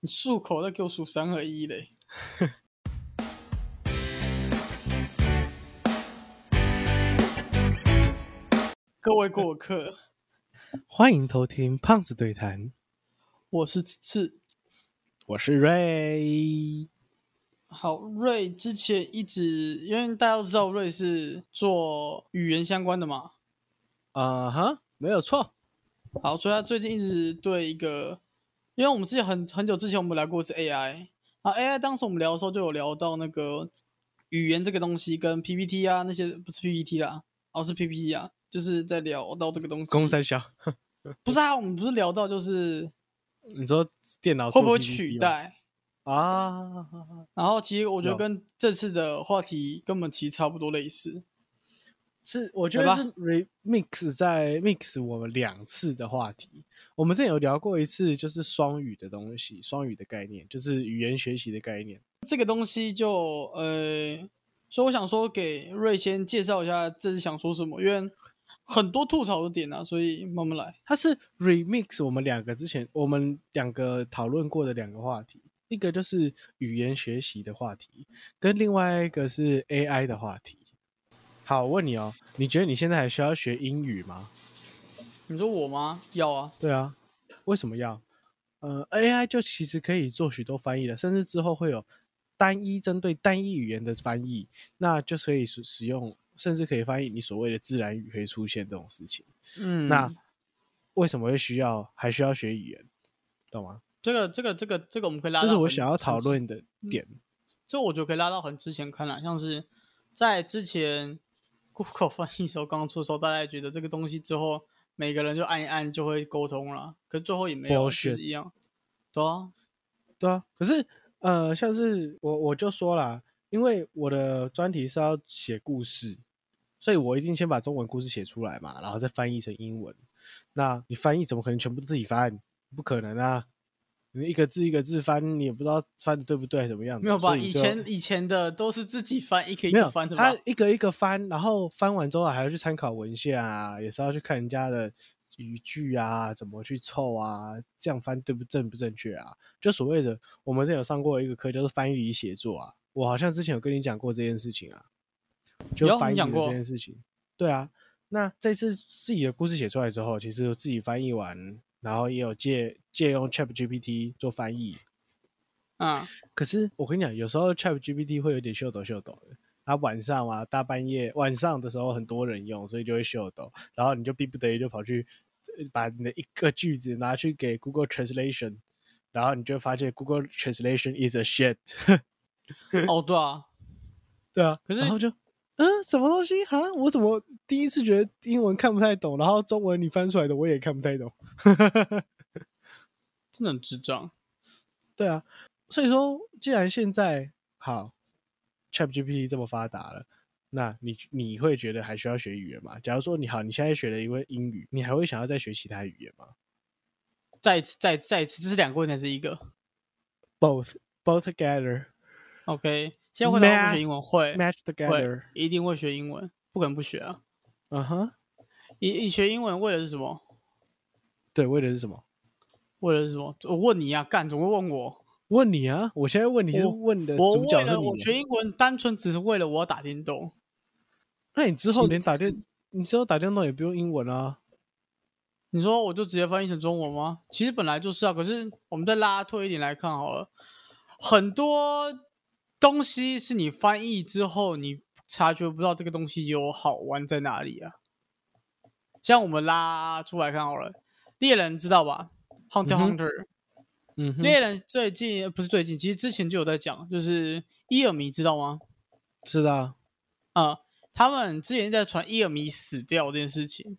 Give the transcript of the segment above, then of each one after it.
你漱口再给我数3、2、1嘞！各位过客， 欢迎偷听胖子对谈， 我是次次。 我是瑞。 好，瑞之前一直，因为大家都知道瑞是做语言相关的嘛， 没有错。 好，所以他最近一直对一个，因为我们之前很久之前我们聊过是 AI，啊 AI 当时我们聊的时候就有聊到那个语言这个东西跟 PPT 啊那些不是 PPT 啦，是 PPT 啊，就是在聊到这个东西。 公三小， 不是啊，我们不是聊到就是你说电脑会不会 PPT 取代？ 啊？ 然后其实我觉得跟这次的话题根本其实差不多类似。 是，我觉得是 remix 在 mix 我们2次的话题。我们之前有聊过一次，就是双语的东西，双语的概念，就是语言学习的概念。 这个东西就所以我想说给瑞先介绍一下这是想说什么，因为很多吐槽的点啊，所以慢慢来。 它是 remix 我们两个讨论过的2个话题，一个就是语言学习的话题，跟另外一个是 AI 的话题。好，我问你哦，你觉得你现在还需要学英语吗？ 你说我吗？要啊。 对啊，为什么要？AI 就其实可以做许多翻译了，甚至之后会有针对单一语言的翻译，那就可以使用，甚至可以翻译你所谓的自然语可以出现这种事情。那为什么还需要学语言？懂吗？ 这个我们可以拉到， 这是我想要讨论的点。 这我觉得可以拉到很之前看啦，像是在之前 Google 翻译的时候刚出的时候，大家觉得这个东西之后每个人就按一按就会沟通了，可是最后也没有，就是一样。对啊， 对啊。可是像是我就说啦，因为我的专题是要写故事，所以我一定先把中文故事写出来嘛，然后再翻译成英文。那你翻译怎么可能全部都自己翻？不可能啊！你一个字一个字翻，你也不知道翻的对不对，怎么样的？ 没有吧？以前的都是自己翻一个一个翻的吧？ 他一个一个翻，然后翻完之后还要去参考文献啊，也是要去看人家的语句啊，怎么去凑啊，这样翻正不正确啊？就所谓的我们之前有上过一个课，叫做翻译与写作啊。我好像之前有跟你讲过这件事情啊，就翻译的这件事情。对啊，那这次自己的故事写出来之后，其实自己翻译完，然后也有借用 ChatGPT 做翻译。可是我跟你讲，有时候 ChatGPT 会有点秀抖的。它晚上嘛，大半夜晚上的时候很多人用，所以就会秀抖，然后你就逼不得已就跑去把你的一个句子拿去给 Google Translation， 然后你就发现 Google Translation is a shit。 哦，对啊， 对啊， 可是然后就什么东西哈？我怎么第一次觉得英文看不太懂，然后中文你翻出来的我也看不太懂。 真的很智障。 对啊，所以说既然现在好 ChatGPT 这么发达了，那你会觉得还需要学语言吗？假如说你现在学了一位英语，你还会想要再学其他语言吗？ 再一次，这是2个问题还是一个 ？Both together。 OK， 现在会不学英文？会 match together， 一定会学英文，不可能不学啊。你学英文为的是什么？ 对，为的是什么？ 为的是什么？我问你啊，干，怎么会问我？ 问你啊！我现在问你是问的主角是你。 我学英文单纯只是为了我要打电动。 那你之后你之后打电动也不用英文啊？ 你说我就直接翻译成中文吗？其实本来就是啊，可是我们再拉退一点来看好了，很多东西是你翻译之后你察觉不到这个东西有好玩在哪里啊。像我们拉出来看好了，猎人知道吧 ？Hunter Hunter。猎人最近不是最近，其实之前就有在讲，就是伊尔迷知道吗？ 是的。 他们之前在传伊尔迷死掉这件事情。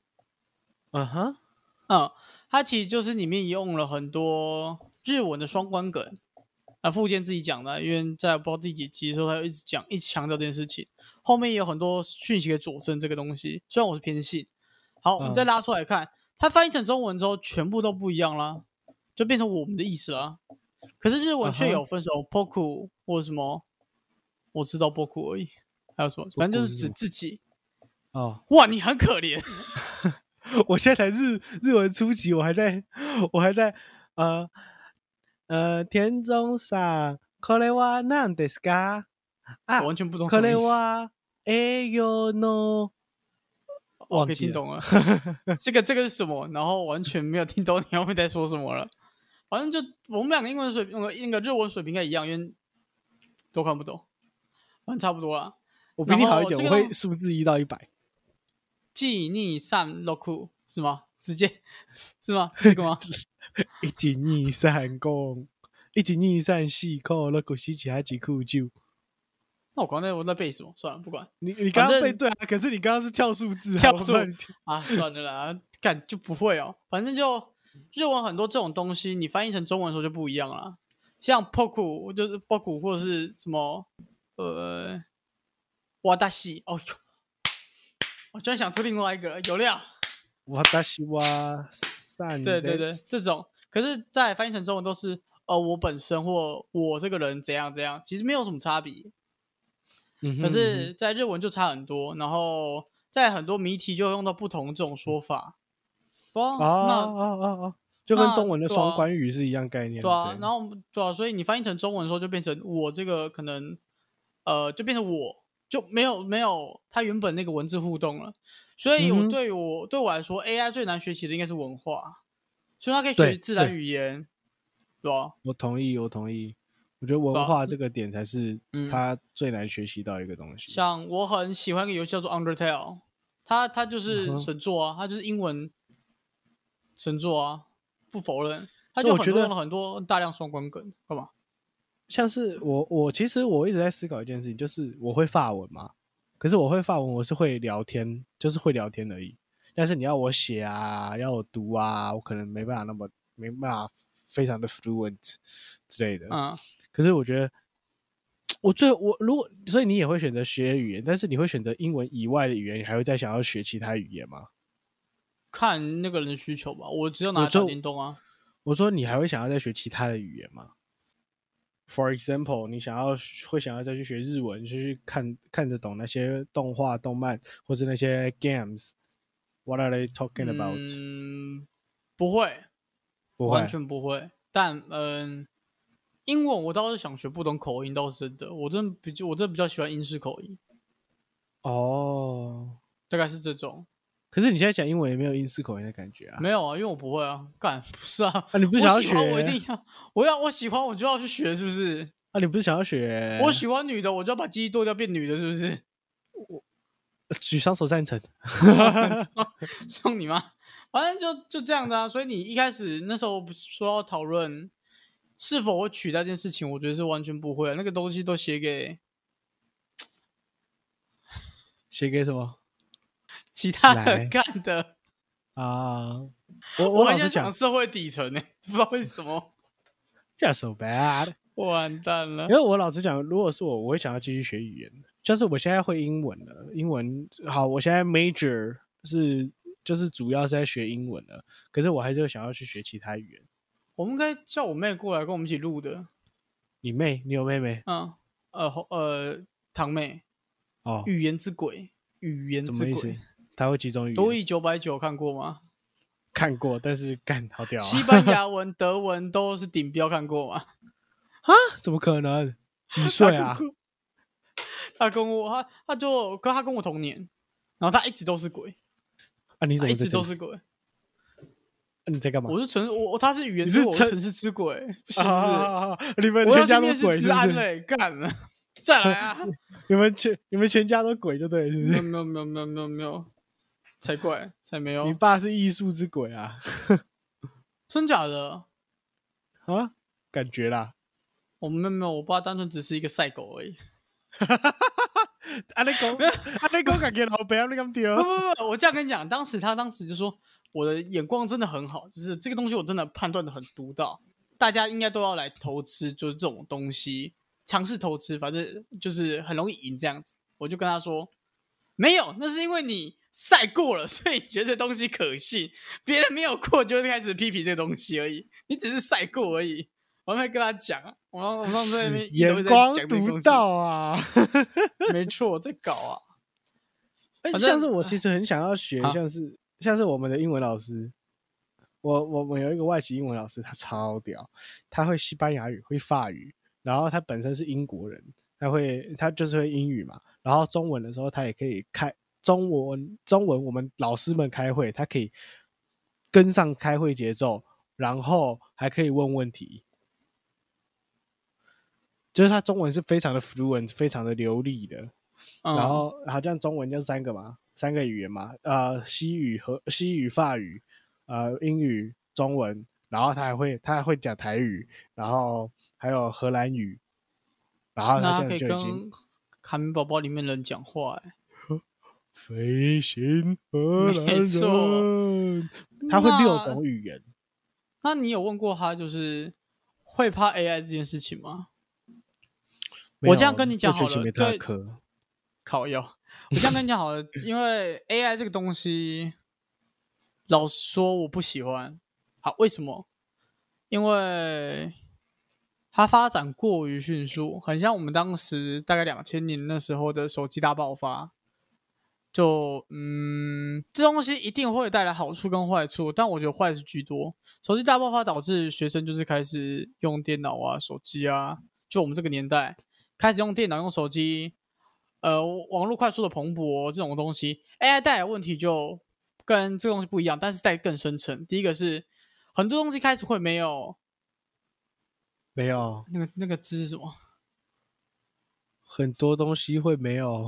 他其实就是里面用了很多日文的双关梗富坚自己讲的，因为在不知道第几集的时候，他就一直强调这件事情，后面也有很多讯息可以佐证这个东西。虽然我是偏信，好，我们再拉出来看，它翻译成中文之后，全部都不一样啦，就变成我们的意思啦。可是日文却有分手 poku 或者什么，我知道 poku 而已，还有什么，反正就是指自己。哇，你很可怜。 我现在才日文初级，我还在田中さんこれは何ですか啊我完全不懂これ什么意思。 は営業の忘 OK， 记了听懂了。这个是什么？然后完全没有听懂你后面在说什么了。反正就我们两个英文水平，那个日文水平应该一样，因为都看不懂，反正差不多啦。 我比你好一点， 然后这个我会数字1到100。 记逆散 loku 是吗？直接是吗？是这个吗？ 1、2、3、5、1、2、3、4、5、6、7、8、9、10。 那我刚才我在背什么？算了，不管。 你刚刚背对啊，可是你刚刚是跳数字啊， 跳数我不知道啊，算了啦，干就不会哦。反正就日文很多这种东西，你翻译成中文的时候就不一样了。像 poku 就是 poku 或者是什么哇大西，哦哟，我居然想出另外一个了，有料。 私は3 对对对， です。 这种，可是，在翻译成中文都是我本身或我这个人怎样怎样，其实没有什么差别。可是，在日文就差很多，然后在很多谜题就用到不同这种说法。那就跟中文的对啊双关语是一样概念。 对啊，然后对啊，所以你翻译成中文的时候，就变成我这个可能就变成我就没有它原本那个文字互动了。所以对我来说，AI 最难学习的应该是文化，所以它可以学自然语言，对吧？ 我同意。我觉得文化这个点才是它最难学习到一个东西。 像我很喜欢一个游戏叫做 Undertale， 它就是神作啊，它就是英文神作啊，不否认。它就用了很多大量双关梗，干嘛？ 像是其实我一直在思考一件事情，就是我会法文嘛，可是我会法文，我是会聊天，就是会聊天而已。但是你要我写啊，要我读啊，我可能没办法非常的 fluent 之类的。可是我觉得，所以你也会选择学语言，但是你会选择英文以外的语言，你还会再想要学其他语言吗？ 看那个人的需求吧，我只有拿来打电动啊。 我说你还会想要再学其他的语言吗？ For example， 你会想要再去学日文，就去看得懂那些动画、动漫，或是那些 games。What are they talking about？ 不会，完全不会。但英文我倒是想学不同口音，倒是真的。我真的比较喜欢英式口音。大概是这种。 可是你现在讲英文也没有英式口音的感觉啊？ 没有啊，因为我不会啊。干不是啊？ 你不是想要学？ 我一定要，我喜欢我就要去学，是不是？ 你不是想要学？ 我喜欢女的，我就要把鸡剁掉变女的，是不是？ 我举双手赞成。 送你妈！反正就这样的啊。所以你一开始那时候说要讨论是否会取代这件事情，我觉得是完全不会啊。那个东西都写给什么？ 其他人看的啊！ 我很想讲社会底层不知道为什么。 You're so bad！ 完蛋了。 因为我老实讲，如果是我会想要继续学语言。像是我现在会英文了，英文好，我现在 major 就是主要是在学英文了，可是我还是有想要去学其他语言。 我们应该叫我妹过来跟我们一起录的。 你妹？你有妹妹？ 堂妹。语言之鬼，语言之鬼。 什么意思？他会几种语言？ 多益990看过吗？ 看过，但是干好屌啊！ 西班牙文、德文都是顶标，看过吗？ 啊？怎么可能？几岁啊？ 他跟我同年，然后他一直都是鬼。 你怎么一直都是鬼？ 你在干嘛？ 他是语言之鬼，我是城市之鬼，不是？ 你们全家都鬼是不是？ 嘞，干了，再来啊！ 你们全家都鬼就对，是不是？ 没有，才怪，才没有。 你爸是艺术之鬼啊？ 真假的？ 啊？感觉啦。 没有，我爸单纯只是一个赛狗而已。 你讲感觉老白你咁丢？ 不，我这样跟你讲，他当时就说我的眼光真的很好，就是这个东西我真的判断的很独到，大家应该都要来投资，就是这种东西尝试投资，反正就是很容易赢这样子。我就跟他说，没有，那是因为你赛过了，所以你觉得这东西可信，别人没有过就会开始批评这个东西而已，你只是赛过而已。我还跟他讲，我上次在那边眼光独到啊， 没错，在搞啊。 像是我其实很想要学，像是我们的英文老师， 我有一个外籍英文老师，他超屌，他会西班牙语，会法语，然后他本身是英国人，他就是会英语嘛，然后中文的时候他也可以开中文我们老师们开会，他可以跟上开会节奏，然后还可以问问题，就是他中文是非常的 fluent， 非常的流利的。然后好像中文就3个语言嘛，西语、法语，英语、中文，然后他还会讲台语，然后还有荷兰语，然后他这样就已经那可以跟卡明宝宝里面人讲话飞行荷兰没错。 人，他会6种语言。 那你有问过他就是会怕 AI 这件事情吗？我这样跟你讲好了，对，靠腰。我这样跟你讲好了，因为 AI 这个东西，老实说我不喜欢。好，为什么？因为它发展过于迅速，很像我们当时大概2000年那时候的手机大爆发。就这东西一定会带来好处跟坏处，但我觉得坏处居多。手机大爆发导致学生就是开始用电脑啊、手机啊，就我们这个年代开始用电脑、用手机，网络快速的蓬勃这种东西 ，AI 带来的问题就跟这个东西不一样，但是带更深层。第一个是很多东西开始会没有那个字是什么？ 很多东西会没有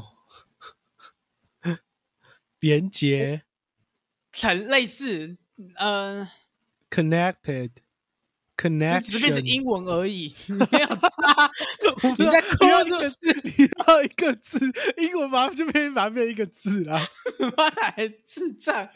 连接， 很类似 connected。 就只是变成英文而已，你没有差。你在抠是不是？ 你要一个字，英文马上就变一个字啦。 妈来智障。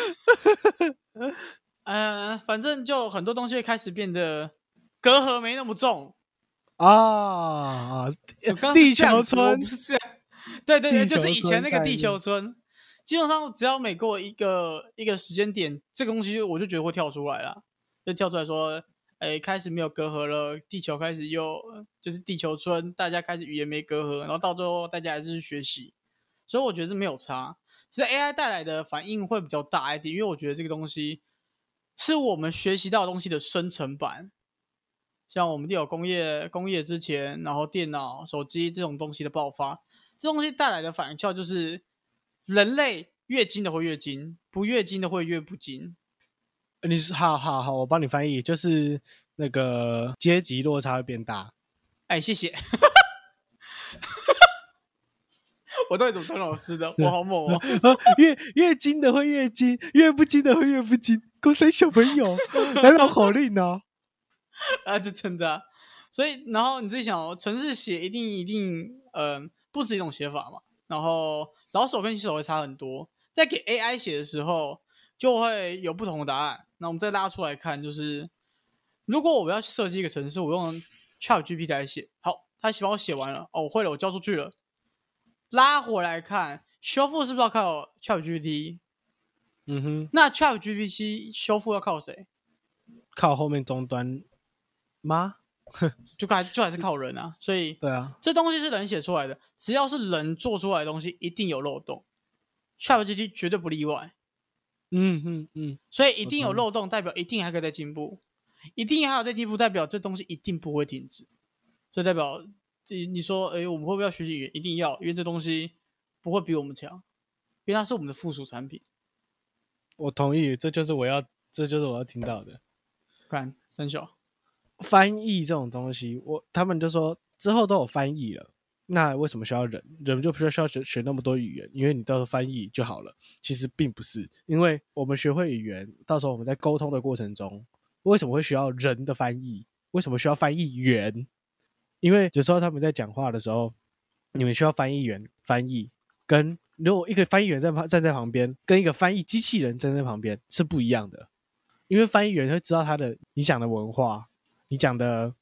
反正就很多东西会开始变得隔阂没那么重啊。 地球村不是这样，对，就是以前那个地球村。基本上只要每过一个时间点，这个东西我就觉得会跳出来了，就跳出来说，开始没有隔阂了，地球开始又就是地球村，大家开始语言没隔阂，然后到最后大家还是去学习，所以我觉得这没有差。其实 AI 带来的反应会比较大一点，因为我觉得这个东西是我们学习到的东西的生成版。像我们有工业之前，然后电脑、手机这种东西的爆发，这东西带来的反效就是人类越精的会越精，不越精的会越不精。 你是好，我帮你翻译，就是那个阶级落差会变大。 谢谢。我到底怎么当老师的？我好猛哦！ 越精的会越精，越不精的会越不精。公司小朋友来绕口令哦。 就真的所以然后你自己想哦，程式写一定不止一种写法嘛，然后老手跟新手会差很多，在给 AI 写的时候就会有不同的答案。那我们再拉出来看，就是如果我要去设计一个程式，我用 ChatGPT 来写，好，他帮我写完了，我会了，我交出去了，拉回来看修复是不是要靠 ChatGPT？ 那 ChatGPT 修复要靠谁？ 靠后面终端吗？ 就还是靠人啊，所以对啊， 这东西是人写出来的，只要是人做出来的东西，一定有漏洞 ，ChatGPT 绝对不例外。所以一定有漏洞，代表一定还可以再进步，一定还有再进步，代表这东西一定不会停止。所以代表你说，我们会不会要学习语言？一定要，因为这东西不会比我们强，因为它是我们的附属产品。 我同意，这就是我要听到的。 看三小翻译这种东西，他们就说之后都有翻译了，那为什么需要人？人就不需要学那么多语言，因为你到时候翻译就好了。其实并不是，因为我们学会语言，到时候我们在沟通的过程中，为什么会需要人的翻译？为什么需要翻译员？因为有时候他们在讲话的时候，你们需要翻译员翻译，跟如果一个翻译员站在旁边，跟一个翻译机器人站在旁边是不一样的。因为翻译员会知道你讲的文化，你讲的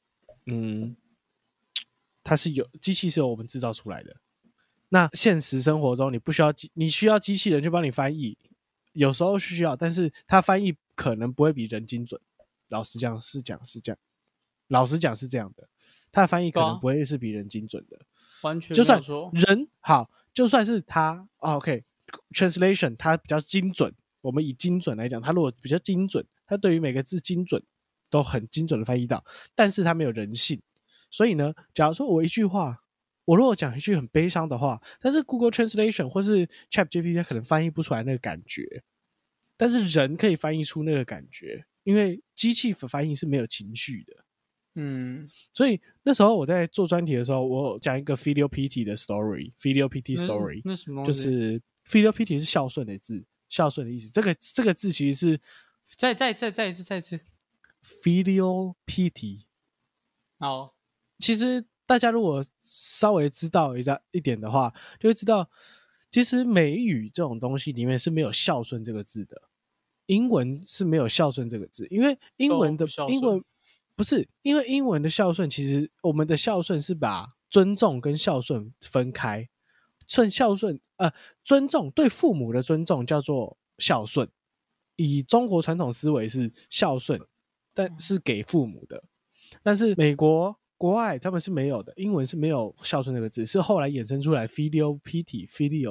它是机器是由我们制造出来的。那现实生活中你需要机器人去帮你翻译，有时候需要，但是它翻译可能不会比人精准。老实讲是这样的，它的翻译可能不会是比人精准的。 完全就算人好，就算是它OK translation 它比较精准，我们以精准来讲，它如果比较精准， 他对于每个字精准都很精准的翻译到，但是他没有人性。所以呢，假如说我一句话，我如果讲一句很悲伤的话，但是 Google Translation 或是 ChatGPT 它可能翻译不出来那个感觉，但是人可以翻译出那个感觉，因为机器翻译是没有情绪的。所以那时候我在做专题的时候，我有讲一个 filial piety 的 story，filial piety story， 那什么就是 filial piety 是孝顺的字，孝顺的意思。这个字其实是再一次 filial piety。 好， 其实大家如果稍微知道一点的话，就会知道，其实美语这种东西里面是没有孝顺这个字的，英文是没有孝顺这个字，因为英文的英文不是，因为英文的孝顺，其实我们的孝顺是把尊重跟孝顺分开。孝顺尊重对父母的尊重叫做孝顺，以中国传统思维是孝顺，但是给父母的。但是美国国外他们是没有的，英文是没有孝顺这个字，是后来衍生出来 filial piety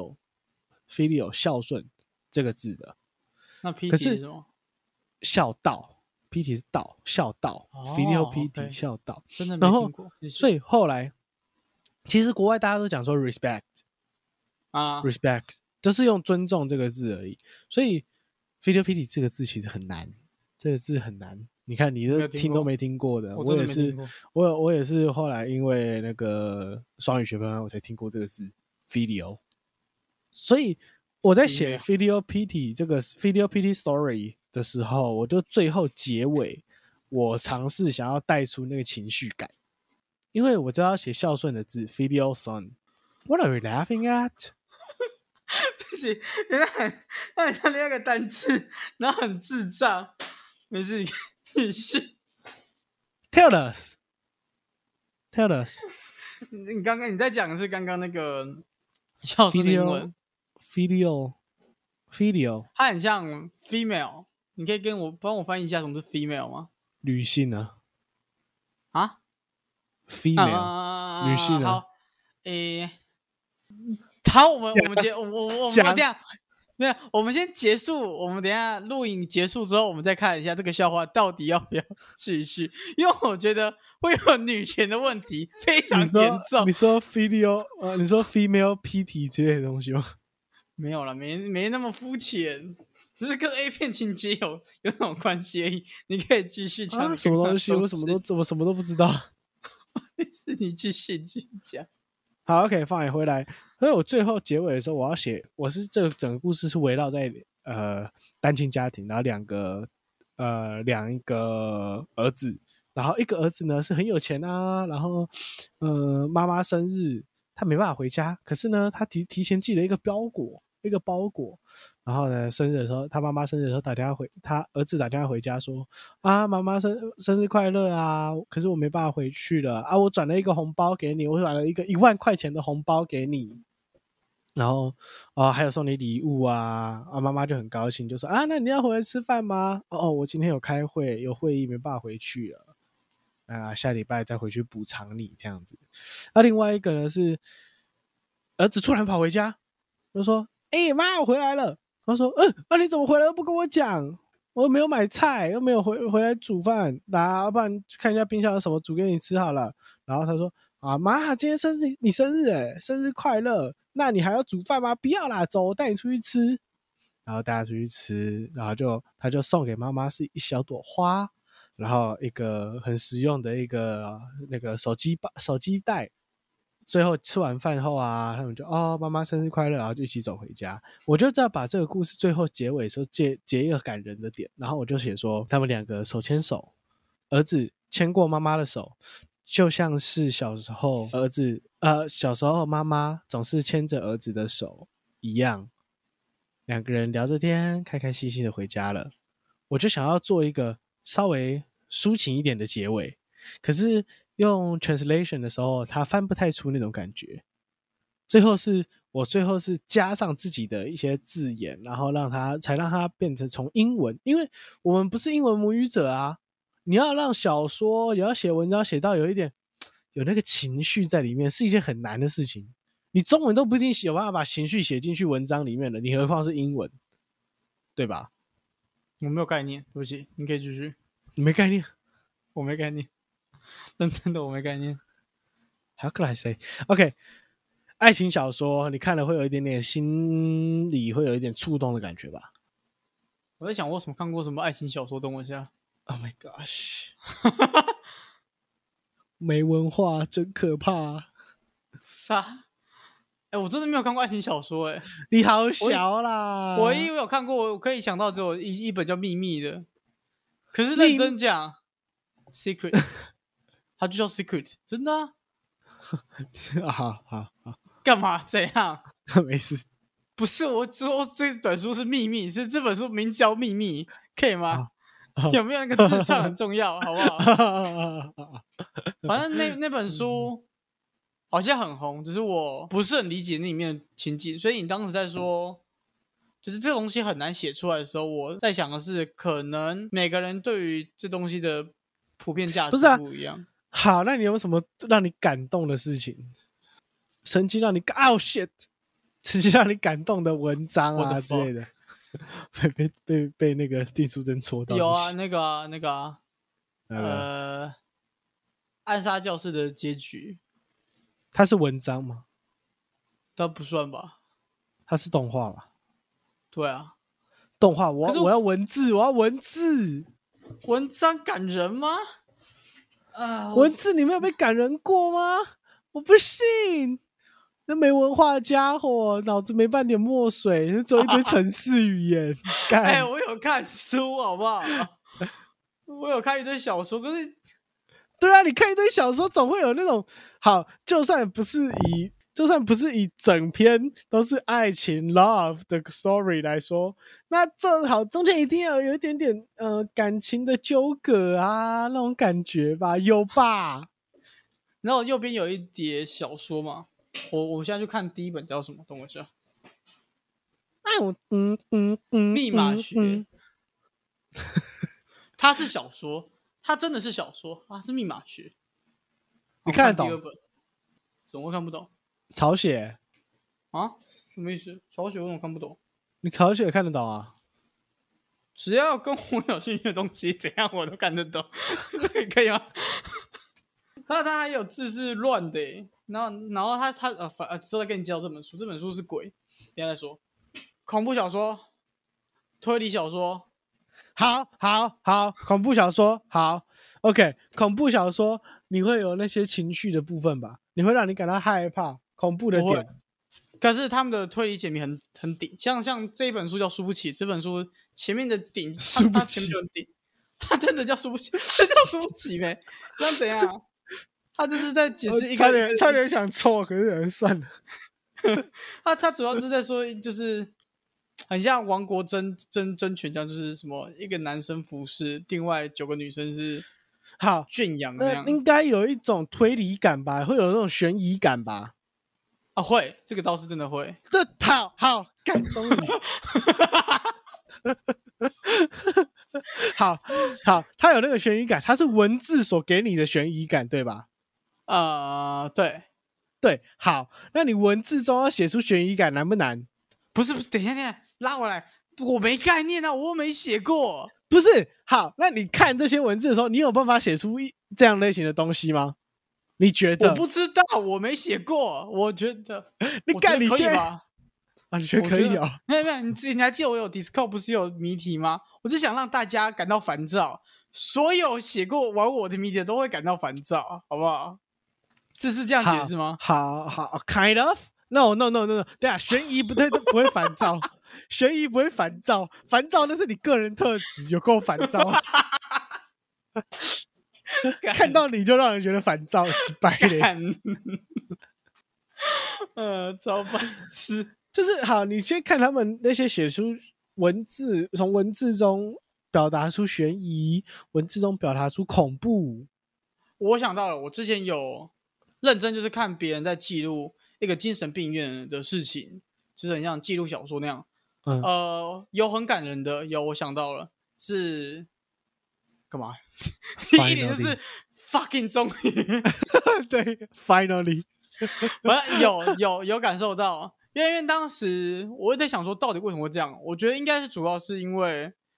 filial 孝顺这个字的。 那 piety 是什么？ 孝道。piety 是道，孝道、filial piety 孝道， 真的没听过。 所以后来其实国外大家都讲说 respect 啊 respect 就是用尊重这个字而已，所以 filial piety 这个字其实很难，这个字很难。你看你都听都没听过的，我也是，我也是后来因为那个双语学分我才听过这个字 filial。所以我在写 filial piety 这个 filial piety story 的时候，我就最后结尾我尝试想要带出那个情绪感，因为我知道写孝顺的字 filial son。What are you laughing at？ 不行，很像另一个单词，然后很智障。没事，继续。 Tell us。 你刚刚你在讲的是刚刚那个孝顺的英文 filial， 它很像 female。你可以帮我翻译一下什么是 female 吗？ 女性啊。 啊 ？female、女性啊。 好，好，我们等一下，没有，我们先结束。我们等一下录影结束之后，我们再看一下这个笑话到底要不要继续，因为我觉得会有女权的问题，非常严重。 你说 filial， 你说 female piety 之类的东西吗？ 没有啦，没那么肤浅，只是跟 A 片情节有什么关系而已。你可以继续讲什么东西，我什么都不知道。 是你继续讲。 好 ，OK， 放眼回来。所以我最后结尾的时候，我是这个整个故事是围绕在单亲家庭，然后两个儿子，然后一个儿子呢是很有钱啊，然后妈妈生日他没办法回家，可是呢他提前寄了一个包裹，然后呢生日的时候，他妈妈生日的时候他儿子打电话回家说啊，妈妈生日快乐啊，可是我没办法回去了啊，我转了一个红包给你，我转了一个1万块钱的红包给你，然后还有送你礼物啊，妈妈就很高兴，就说啊，那你要回来吃饭吗？我今天有开会，有会议没办法回去了，下礼拜再回去补偿你这样子。另外一个呢是儿子突然跑回家，就说妈，我回来了。他说你怎么回来都不跟我讲，我又没有买菜，又没有回来煮饭，不然看一下冰箱有什么煮给你吃好了。然后他说妈，今天你生日生日快乐，那你还要煮饭吗？不要啦，走，我带你出去吃。然后大家出去吃，然后他就送给妈妈是一小朵花，然后一个很实用的一个那个手机袋。最后吃完饭后啊，他们就妈妈生日快乐，然后就一起走回家。我就在把这个故事最后结尾的时候结一个感人的点，然后我就写说他们两个手牵手，儿子牵过妈妈的手，就像是小时候妈妈总是牵着儿子的手一样，两个人聊着天，开开心心的回家了。我就想要做一个稍微抒情一点的结尾，可是用 translation 的时候他翻不太出那种感觉，我最后是加上自己的一些字眼，然后让它变成从英文，因为我们不是英文母语者啊，你要让小说也要写文章写到有那个情绪在里面，是一件很难的事情。你中文都不一定有办法把情绪写进去文章里面了，你何况是英文，对吧？ 我没有概念，对不起，你可以继续。 你没概念？ 我没概念，认真的我没概念。 How could I say? OK， 爱情小说你看了会有一点点心里会有一点触动的感觉吧我在想我有什么看过什么爱情小说，等我一下。 ？Oh my gosh， 没文化真可怕。 啥？我真的没有看过爱情小说你好小啦！ 我以为有看过，我可以想到只有一本叫《秘密》的，可是认真讲，Secret， 它就叫 Secret， 真的啊。 好， 干嘛？怎样？ 没事。 不是我说这本书是秘密，是这本书名叫秘密，可以吗？有没有那个自创很重要，好不好？反正那本书好像很红，只是我不是很理解那里面的情景，所以你当时在说，就是这个东西很难写出来的时候，我在想的是，可能每个人对于这东西的普遍价值不一样。 好，那你有什么让你感动的事情？曾经让你oh shit， 曾经让你感动的文章啊之类的，被那个订书针戳到。 有啊，那个暗杀教室的结局， 它是文章吗？ 它不算吧？ 它是动画吧？ 对啊， 动画我要文字，我要文字。 文章感人吗？ 文字你没有被感人过吗？我不信，那没文化的家伙，脑子没半点墨水，只有一堆程式语言。 我有看书，好不好？我有看一堆小说，可是， 对啊，你看一堆小说，总会有那种好，就算不是以整篇都是爱情 love 的 story 来说，那这好中间一定要有一点点感情的纠葛啊，那种感觉吧，有吧？ 然后右边有一叠小说嘛，我现在去看第一本叫什么？等我一下。密码学，它是小说，它真的是小说，它是密码学。 你看得懂？ 第二本怎么会看不懂？ 草写啊？什么意思？草写我怎么看不懂？ 你草写看得懂啊？ 只要跟我有兴趣的东西，怎样我都看得懂，可以吗？他还有字是乱的耶，然后他之后再跟你介绍这本书，这本书是鬼，等一下再说。恐怖小说、推理小说， 好，恐怖小说好 ，OK， 恐怖小说你会有那些情绪的部分吧？你会让你感到害怕、恐怖的点。 可是他们的推理解谜很顶，像这一本书叫《输不起》，这本书前面的顶，它前面就很顶，它真的叫输不起，这叫输不起没？那怎样？他就是在解释一个， 差点想错，可是算了。 他主要是在说，就是很像王国争权这样，就是什么一个男生服侍，另外9个女生是好圈养那样。 应该有一种推理感吧，会有那种悬疑感吧？ 啊，会，这个倒是真的会。 这好，干终于。好，他有那个悬疑感，他是文字所给你的悬疑感，对吧？ 对， 好，那你文字中要写出悬疑感难不难？ 不是，等一下，拉回来，我没概念啊，我又没写过。 不是，好，那你看这些文字的时候，你有办法写出这样类型的东西吗？你觉得？ 我不知道，我没写过，我觉得你干你可以吧？ 啊，你觉得可以哦？ 没有，你还记得我有 Discord 不是有谜题吗？我就想让大家感到烦躁，所有写过玩我的谜题的都会感到烦躁，好不好？是这样解释吗？ 好 ，kind of no， 对啊，悬疑不会烦躁，悬疑不会烦躁，烦躁那是你个人特质，有够烦躁。看到你就让人觉得烦躁，几百嘞。 超白痴。 就是好，你先看他们那些写出文字，从文字中表达出悬疑，文字中表达出恐怖。 我想到了，我之前有认真就是看别人在记录一个精神病院的事情，就是很像记录小说那样。有很感人的，有我想到了是干嘛？第一点就是 fucking 终于， 对 ，finally， 反正有感受到。因为当时我在想说，到底为什么会这样？我觉得应该是主要是因为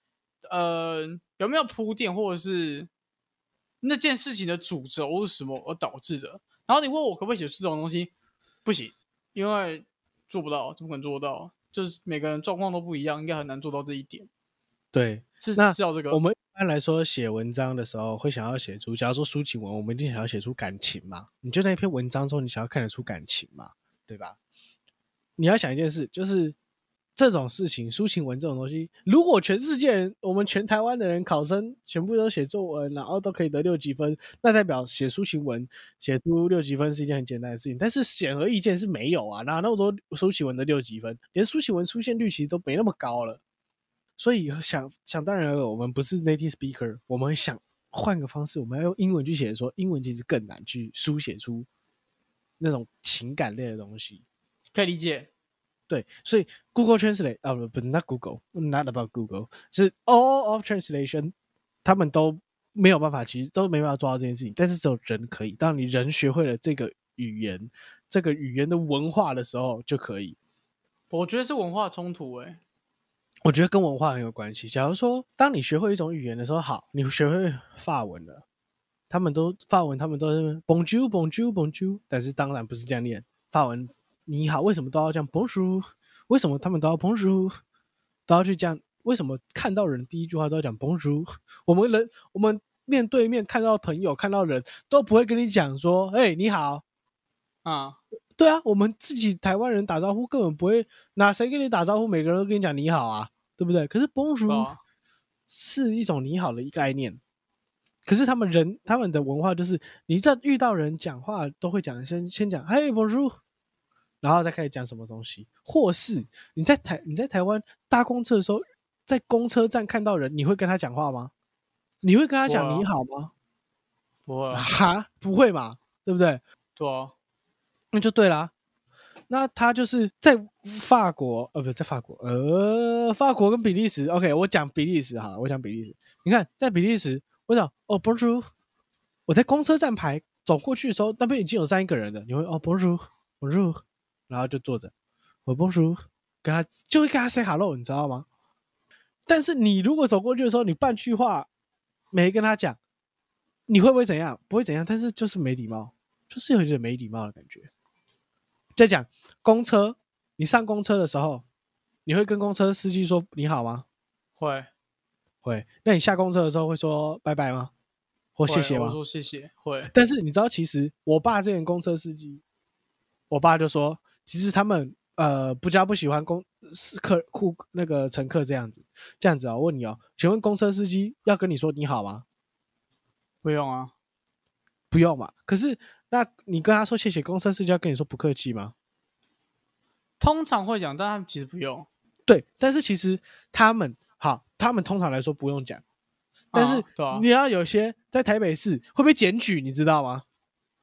有没有铺垫，或者是那件事情的主轴是什么而导致的。然后你问我可不可以写出这种东西，不行，因为做不到，怎么可能做到？就是每个人状况都不一样，应该很难做到这一点。 对， 是那要这个。 我们一般来说写文章的时候，会想要写出，假如说抒情文，我们一定想要写出感情嘛。你就那篇文章中，你想要看得出感情嘛，对吧？你要想一件事，就是这种事情，抒情文这种东西，如果全世界人，我们全台湾的人考生全部都写作文，然后都可以得6级分，那代表写抒情文写出6级分是一件很简单的事情。但是显而易见是没有啊，哪有那么多抒情文的6级分？连抒情文出现率其实都没那么高了。所以想当然了，我们不是 native speaker， 我们想换个方式，我们要用英文去写，说英文其实更难去书写出那种情感类的东西。 可以理解。 对，所以 Google Translate 不是 not Google，not about Google， 是 all of translation， 他们都没有办法，其实都没办法做到这件事情，但是只有人可以。当你人学会了这个语言，这个语言的文化的时候，就可以。 我觉得是文化冲突我觉得跟文化很有关系。假如说，当你学会一种语言的时候，好，你学会法文了，法文他们都是 Bonjour Bonjour Bonjour， 但是当然不是这样念。法文你好，为什么都要这样 Bonjour？ 为什么他们都要 Bonjour？ 都要去这样？为什么看到人第一句话都要讲 Bonjour？ 我们面对面看到朋友看到人都不会跟你讲说，哎，你好啊。 对啊，我们自己台湾人打招呼根本不会，哪谁跟你打招呼，每个人都跟你讲你好啊，对不对？可是 Bonjour 是一种你好的一个概念，可是他们的文化就是，你在遇到人讲话都会讲先讲嘿 Bonjour， 然后再开始讲什么东西，或是你在台湾搭公车的时候，在公车站看到人，你会跟他讲话吗？你会跟他讲你好吗？ 不会啊。 哈，不会嘛，对不对？ 对啊。 那就对啦。那他就是在法国，不在法国，法国跟比利时。OK， 我讲比利时好了，我讲比利时。你看，在比利时，我讲哦 Bonjour， 我在公车站牌走过去的时候，那边已经有3个人了，你会哦 Bonjour Bonjour， 然后就坐着，我 Bonjour， 就会跟他 say hello， 你知道吗？但是你如果走过去的时候，你半句话没跟他讲，你会不会怎样？不会怎样，但是就是没礼貌，就是有一点没礼貌的感觉。再讲公车，你上公车的时候，你会跟公车司机说你好吗？ 会。 那你下公车的时候会说拜拜吗？或谢谢吗？ 我说谢谢。会。 但是你知道，其实我爸这前公车司机，我爸就说，其实他们比较不喜欢那个乘客这样子我问你哦，请问公车司机要跟你说你好吗？ 不用啊。 不用嘛。可是那你跟他说谢谢，公车司机要跟你说不客气吗？ 通常会讲，但他们其实不用。 对，但是其实他们通常来说不用讲，但是你要有些在台北市会被检举，你知道吗？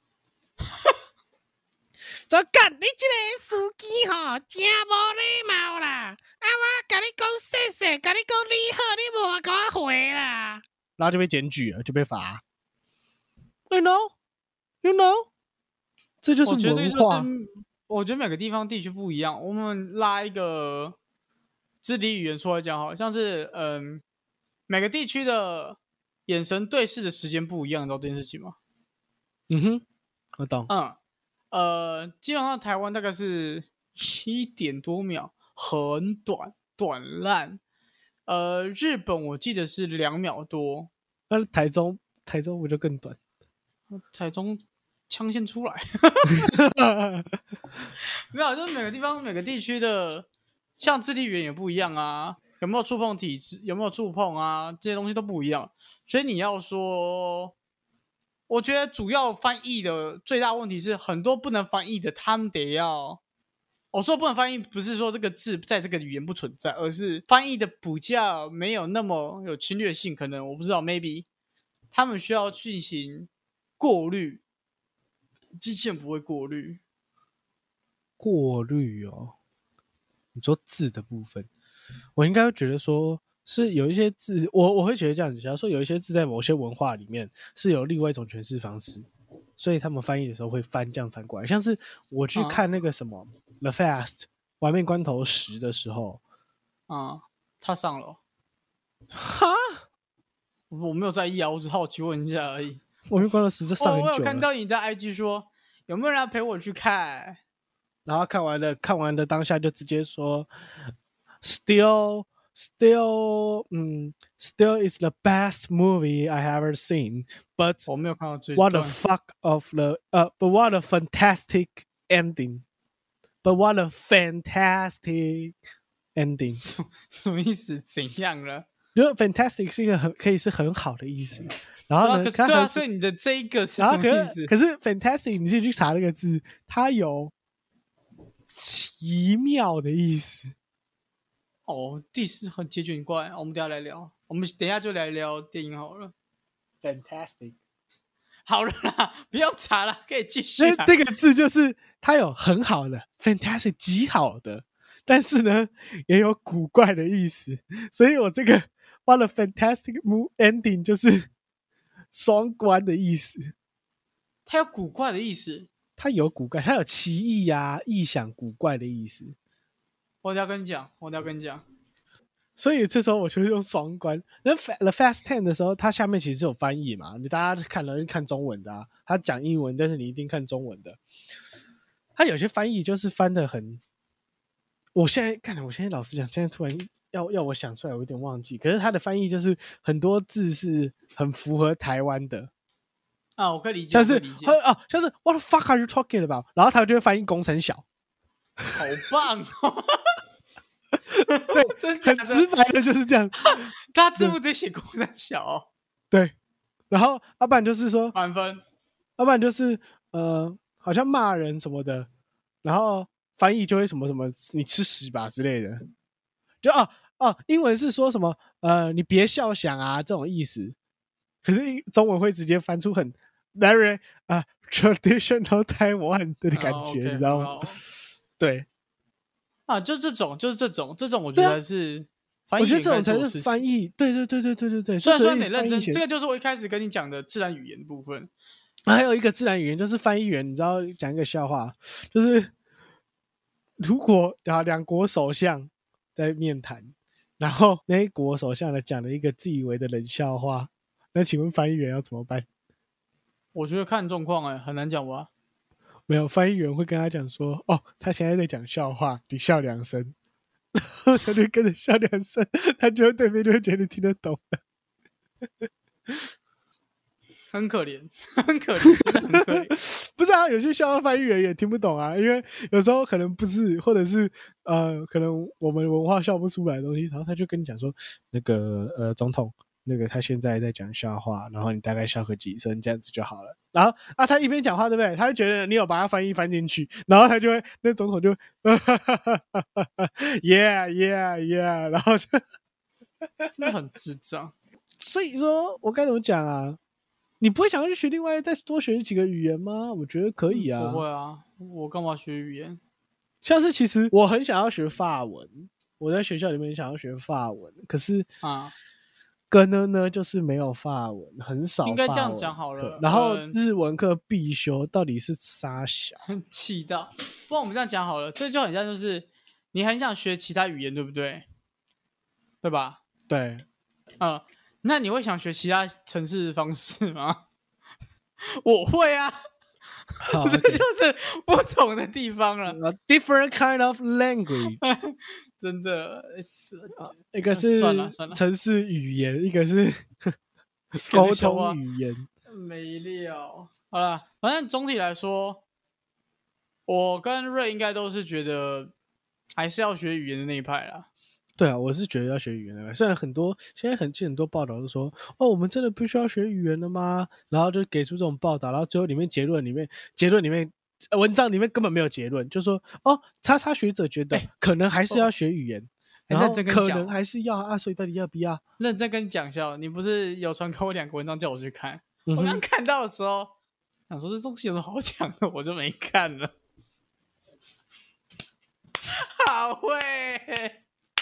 说干你这个司机吼，真无礼貌啦！我跟你讲谢谢，跟你讲你好，你无给我回啦，然后就被检举了，就被罚。You know， 这就是文化。 我觉得每个地方地区不一样。我们拉一个肢体语言出来讲，好像是每个地区的眼神对视的时间不一样，你知道这件事情吗？ 嗯哼，我懂。 基本上台湾大概是1点多秒，很短烂。日本我记得是2秒多。 那台中不就更短？ 台中枪先出来。没有，就是每个地方每个地区的像肢体语言也不一样啊，有没有触碰体质，有没有触碰啊，这些东西都不一样。所以你要说，我觉得主要翻译的最大问题是很多不能翻译的，他们得要。我说不能翻译，不是说这个字在这个语言不存在，而是翻译的比较没有那么有侵略性，可能我不知道 ，maybe 他们需要进行过滤，机器人不会过滤。 过滤哦，你说字的部分，我应该会觉得说是有一些字，我会觉得这样子。假如说有一些字在某些文化里面是有另外一种诠释方式，所以他们翻译的时候会这样翻过来。像是我去看那个什么《The Fast》玩命关头10的时候， 他上了。 哈， 我没有在意啊，我只好奇问一下而已。 我们关了时，这上很久了。 我有看到你的 IG 说有没有人要陪我去看， 然后看完的当下就直接说 still is the best movie I ever seen, but 我没有看到这一 what a 段。 fuck of the but what a fantastic ending, but what a fantastic ending. 什么意思？怎样了？ 就 fantastic 是一个可以是很好的意思。然后呢， 对啊，所以你的这一个是什么意思？ 可是 fantastic 你自己去查那个字，它有奇妙的意思。 哦，第四很结局很怪，我们等一下来聊。我们等一下就来聊电影好了。 fantastic 好了啦，不用查了，可以继续啦。 这个字就是它有很好的 fantastic 极好的，但是呢也有古怪的意思，所以我这个 what a fantastic ending 就是双关的意思。 它有古怪的意思， 它有古怪，它有奇异啊、异想古怪的意思。 我等一下跟你讲。 所以这时候我就用双关。那 The Fast 10的时候，它下面其实有翻译嘛，你大家看了看中文的啊，它讲英文，但是你一定看中文的。它有些翻译就是翻的很，我现在老实讲，现在突然要我想出来，我有点忘记。可是它的翻译就是很多字是很符合台湾的啊，我可以理解， 像是像是 What the fuck are you talking about？ 然后它就会翻译公三小， 好棒哦！ 对，很直白的就是这样。 他字幕直接写公三小、哦， 对，然后要不然就是说满分， 要不然就是好像骂人什么的，然后翻译就会什么什么你吃屎吧之类的，就英文是说什么你别笑想啊这种意思，可是中文会直接翻出很 very traditional Taiwan 的感觉，你知道吗？对啊，就是这种，我觉得是翻译， 我觉得这种才是翻译，对。 虽然说你认真，这个就是我一开始跟你讲的自然语言的部分。 还有一个自然语言就是翻译员，你知道讲一个笑话，就是如果两国首相在面谈，然后那一国首相呢讲了一个自以为的冷笑话，那请问翻译员要怎么办？ 我觉得看状况很难讲吧。 没有，翻译员会跟他讲说，他现在在讲笑话，你笑2声，然后他就跟着笑2声，他就对面就会觉得你听得懂了。 很可怜，真的很可怜。不是啊，有些笑话翻译员也听不懂啊，因为有时候可能不是，或者是可能我们文化笑不出来的东西，然后他就跟你讲说，那个总统，那个他现在在讲笑话，然后你大概笑个几声这样子就好了。然后他一边讲话，对不对？他就觉得你有把他翻译翻进去，然后他就会，那总统就，yeah，然后就真的很智障。 所以说我该怎么讲啊？你不会想要去学另外再多学几个语言吗？我觉得可以啊。 不会啊，我干嘛学语言？ 像是其实我很想要学法文，我在学校里面想要学法文，可是跟呢就是没有法文，很少法文。 应该这样讲好了。 然后日文课必修，到底是啥小？ 气到。不然我们这样讲好了，这就很像就是你很想学其他语言，对不对？对吧？ 对。 那你会想学其他城市的方式吗？我会啊，这就是不同的地方了。 different kind of language， 真的， 一个是城市语言，一个是沟通语言。 没料。好了，反正总体来说，我跟瑞应该都是觉得还是要学语言的那一派啦。 对啊，我是觉得要学语言的。虽然现在很多报道都说，我们真的不需要学语言了吗？然后就给出这种报道，然后最后里面结论里面文章里面根本没有结论，就说叉叉学者觉得可能还是要学语言，然后可能还是要啊，所以到底要不要？ 认真跟你讲一下，你不是有传给我2个文章叫我去看？我刚看到的时候，想说这东西有什么好讲的，我就没看了。好会。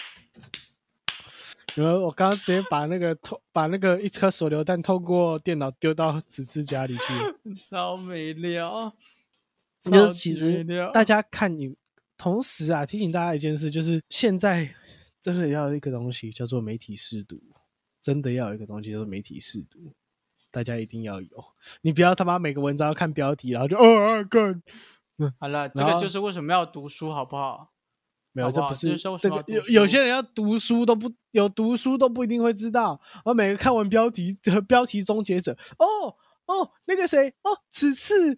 然后我刚刚直接把那个一颗手榴弹透过电脑丢到子次家里去， 超没料。 就是其实大家看你，同时提醒大家一件事，就是现在真的要有一个东西叫做媒体识读。 真的要有一个东西，就是媒体识读，大家一定要有。你不要他妈每个文章要看标题，然后就干。 好了，这个就是为什么要读书，好不好？ 没有，这不是这个有些人要读书都不一定会知道。然后每个看完标题终结者，那个谁此次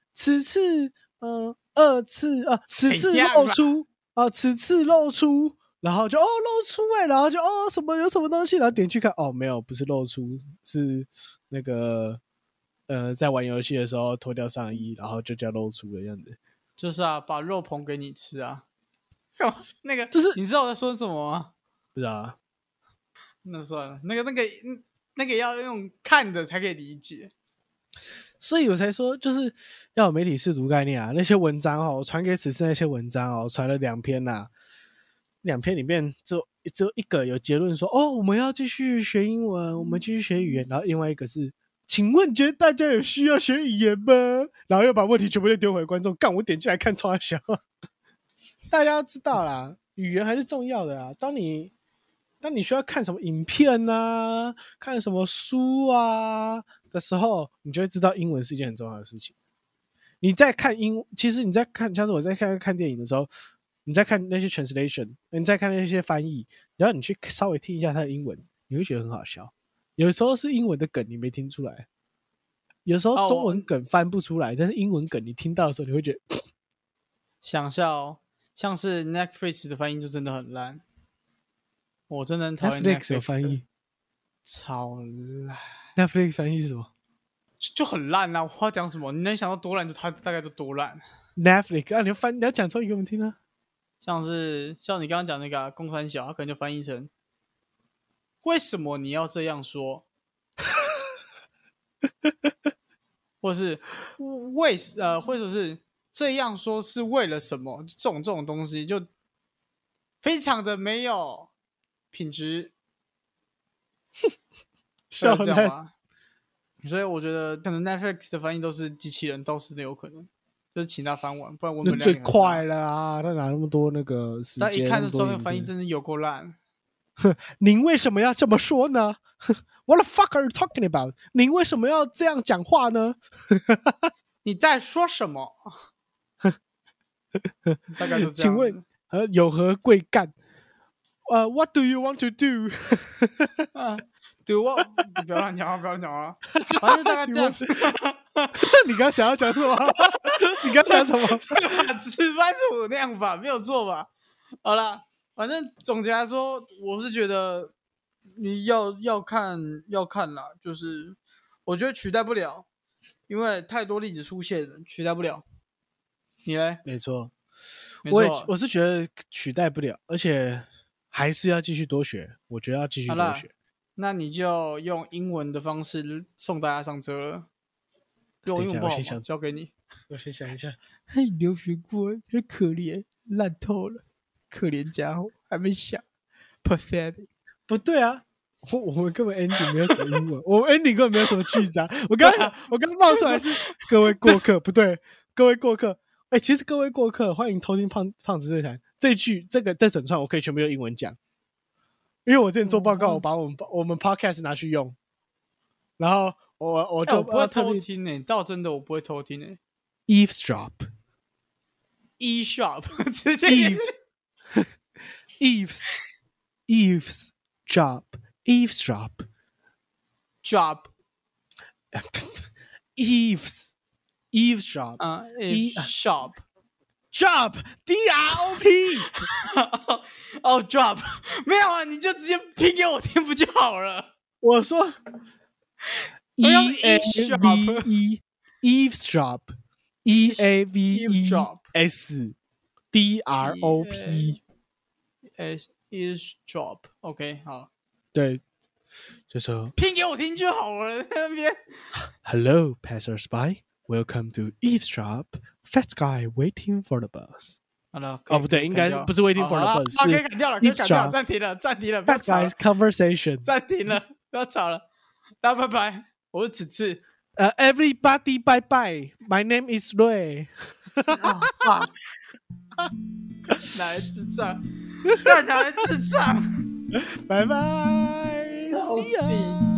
二次此次露出此次露出，然后就露出然后就什么有什么东西，然后点去看没有，不是露出，是那个在玩游戏的时候脱掉上衣，然后就叫露出的样子。 就是把肉捧给你吃啊。那个就是你知道我在说什么吗？ 不知道啊。 那算了，那个要用看的才可以理解。 所以我才说，就是要有媒体识读概念啊。那些文章我传给此次那些文章传了2篇啦，2篇里面只有一个有结论说，我们要继续学英文，我们继续学语言，然后另外一个是，请问觉得大家有需要学语言吗？然后又把问题全部丢回观众，干我点进来看超小。大家要知道啦，语言还是重要的啊。当你需要看什么影片啊，看什么书啊的时候，你就会知道英文是一件很重要的事情。你在看其实你在看，像是我在看电影的时候，你在看那些 translation， 你在看那些翻译，然后你去稍微听一下它的英文，你会觉得很好笑。有时候是英文的梗你没听出来，有时候中文梗翻不出来，但是英文梗你听到的时候，你会觉得想笑。像是 Netflix 的翻译就真的很烂，我真的很讨厌 Netflix 有翻译， 超烂。 Netflix 翻译是什么？ 就很烂啊！我要讲什么？你能想到多烂，就它大概就多烂。 Netflix 你要讲出来给我们听啊！ 像你刚刚讲那个公三小，他可能就翻译成为什么你要这样说，或是或者是这样说是为了什么？这种东西就非常的没有品质， 笑这样吗？所以我觉得可能 Netflix 的翻译都是机器人，倒是有可能，就是请他翻完，不然文本量最快了啊！他哪那么多那个时间？ 但一看就知道那个翻译真是有够烂。 您为什么要这么说呢？What the fuck are you talking about？ 您为什么要这样讲话呢？ 你在说什么？大概就这样。 请问有何贵干？What do you want to do？ do what？ 你不要乱讲话，不要讲话。反正大概这样。 你刚想要讲什么？你刚讲什么？ 吃番薯那样吧，没有错吧？好啦，反正总结来说，我是觉得你要看啦，就是我觉得取代不了，因为太多例子出现了，取代不了。你嘞？ 没错， 没错， 我是觉得取代不了，而且还是要继续多学。我觉得要继续多学。 那你就用英文的方式送大家上车了。用英文不好吗？交给你。 我先想一下。 嘿，留学过，真可怜，烂透了，可怜家伙，还没想 ，pathetic。 不对啊，我们根本 ending 没有什么英文，我们 ending 根本没有什么句子啊。我刚冒出来是各位过客，不对，各位过客。其实各位过客，欢迎偷听胖子对谈。这整串我可以全部用英文讲，因为我之前做报告，我把我们 podcast 拿去用，然后我就不会偷听呢。倒真的我不会偷听呢。 eavesdrop， 直接 eavesdrop drop eavesdrop shop drop drop drop 没有啊，你就直接拼给我听不就好了？ 我说 eavesdrop eavesdrop OK 好， 对，就说拼给我听就好了。那边 Hello passersby, welcome to eavesdrop. Fat guy waiting for the bus. 好了， 不对，应该不是 waiting for the bus， 可以砍掉了，可以砍掉，暂停了， Fat guy's conversation， 暂停了，不要吵了，大家拜拜，我是此次。 Everybody bye bye. My name is Ray. 哪来智障？哪来智障？ 拜拜。 See ya。